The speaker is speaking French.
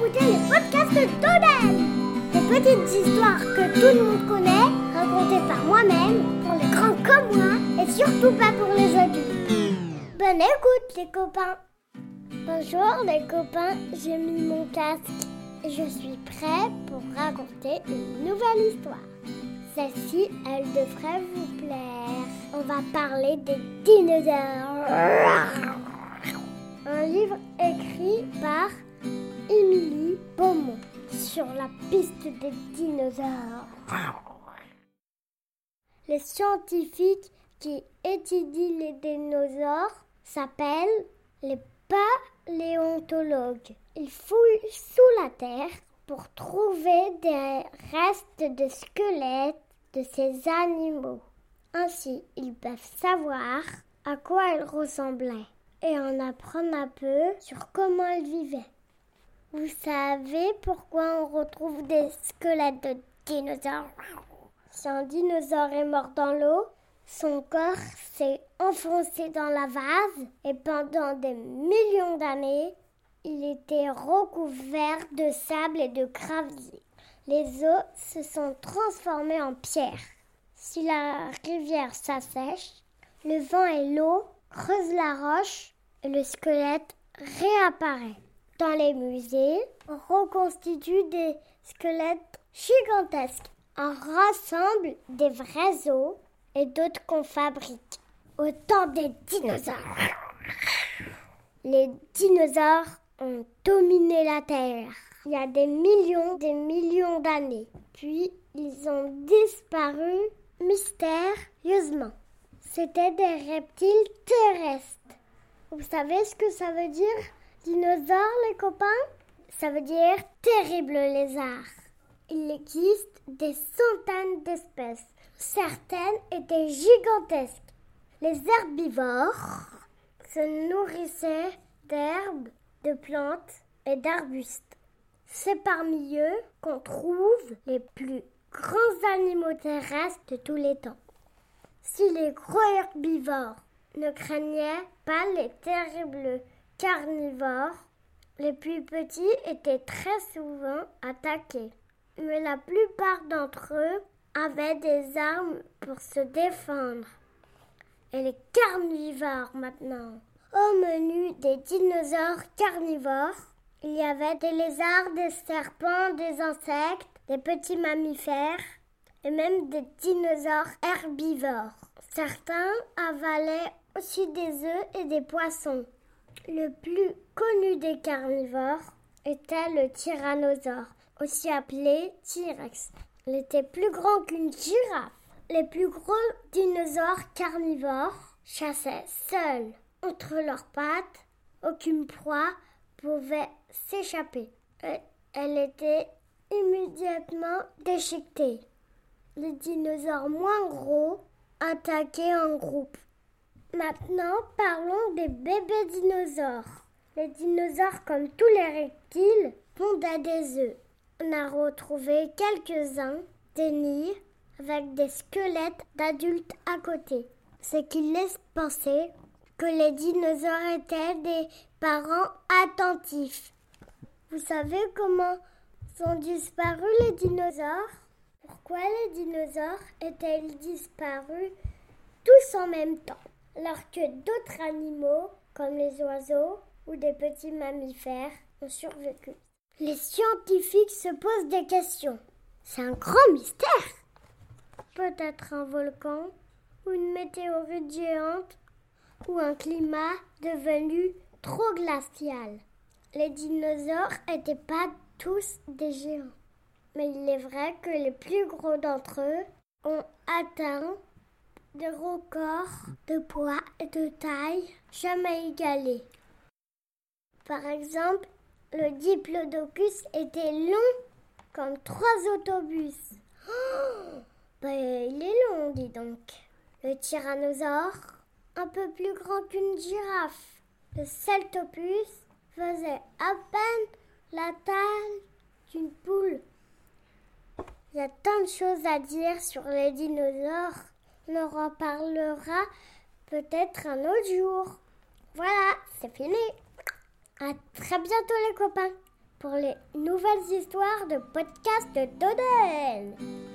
écouter les podcasts d'Odem. Des petites histoires que tout le monde connaît, racontées par moi-même, pour les grands comme moi, et surtout pas pour les adultes. Bonne écoute les copains. Bonjour les copains, j'ai mis mon casque et je suis prêt pour raconter une nouvelle histoire. Celle-ci, elle devrait vous plaire. On va parler des dinosaures. Un livre écrit par Émilie Beaumont sur la piste des dinosaures. Les scientifiques qui étudient les dinosaures s'appellent les paléontologues. Ils fouillent sous la terre pour trouver des restes de squelettes de ces animaux. Ainsi, ils peuvent savoir à quoi ils ressemblaient et en apprendre un peu sur comment ils vivaient. Vous savez pourquoi on retrouve des squelettes de dinosaures? Si un dinosaure est mort dans l'eau, son corps s'est enfoncé dans la vase et pendant des millions d'années, il était recouvert de sable et de gravier. Les os se sont transformés en pierre. Si la rivière s'assèche, le vent et l'eau creusent la roche et le squelette réapparaît. Dans les musées, on reconstitue des squelettes gigantesques. On rassemble des vrais os et d'autres qu'on fabrique. Au temps des dinosaures. Les dinosaures ont dominé la Terre il y a des millions d'années. Puis, ils ont disparu mystérieusement. C'était des reptiles terrestres. Vous savez ce que ça veut dire, dinosaures, les copains? Ça veut dire terrible lézard. Il existe des centaines d'espèces. Certaines étaient gigantesques. Les herbivores se nourrissaient d'herbes, de plantes et d'arbustes. C'est parmi eux qu'on trouve les plus grands animaux terrestres de tous les temps. Si les gros herbivores ne craignaient pas les terribles carnivores, les plus petits étaient très souvent attaqués. Mais la plupart d'entre eux avaient des armes pour se défendre. Et les carnivores maintenant. Au menu des dinosaures carnivores, il y avait des lézards, des serpents, des insectes, des petits mammifères et même des dinosaures herbivores. Certains avalaient aussi des œufs et des poissons. Le plus connu des carnivores était le tyrannosaure, aussi appelé T-Rex. Il était plus grand qu'une girafe. Les plus gros dinosaures carnivores chassaient seuls. Entre leurs pattes, aucune proie pouvait s'échapper. Elle était immédiatement déchiquetée. Les dinosaures moins gros attaquaient en groupe. Maintenant, parlons des bébés dinosaures. Les dinosaures, comme tous les reptiles, pondaient des œufs. On a retrouvé quelques-uns des nids avec des squelettes d'adultes à côté. Ce qui laisse penser que les dinosaures étaient des parents attentifs. Vous savez comment sont disparus les dinosaures? Pourquoi les dinosaures étaient-ils disparus tous en même temps, alors que d'autres animaux, comme les oiseaux ou des petits mammifères, ont survécu? Les scientifiques se posent des questions. C'est un grand mystère. Peut-être un volcan, ou une météorite géante, ou un climat devenu trop glacial. Les dinosaures n'étaient pas tous des géants. Mais il est vrai que les plus gros d'entre eux ont atteint des records de poids et de taille jamais égalés. Par exemple, le diplodocus était long comme 3 autobus. Il est long, dis donc. Le tyrannosaure, un peu plus grand qu'une girafe. Le celtopus faisait à peine la taille d'une poule. Il y a tant de choses à dire sur les dinosaures. On en reparlera peut-être un autre jour. Voilà, c'est fini. À très bientôt les copains. pour les nouvelles histoires de podcast de Doden.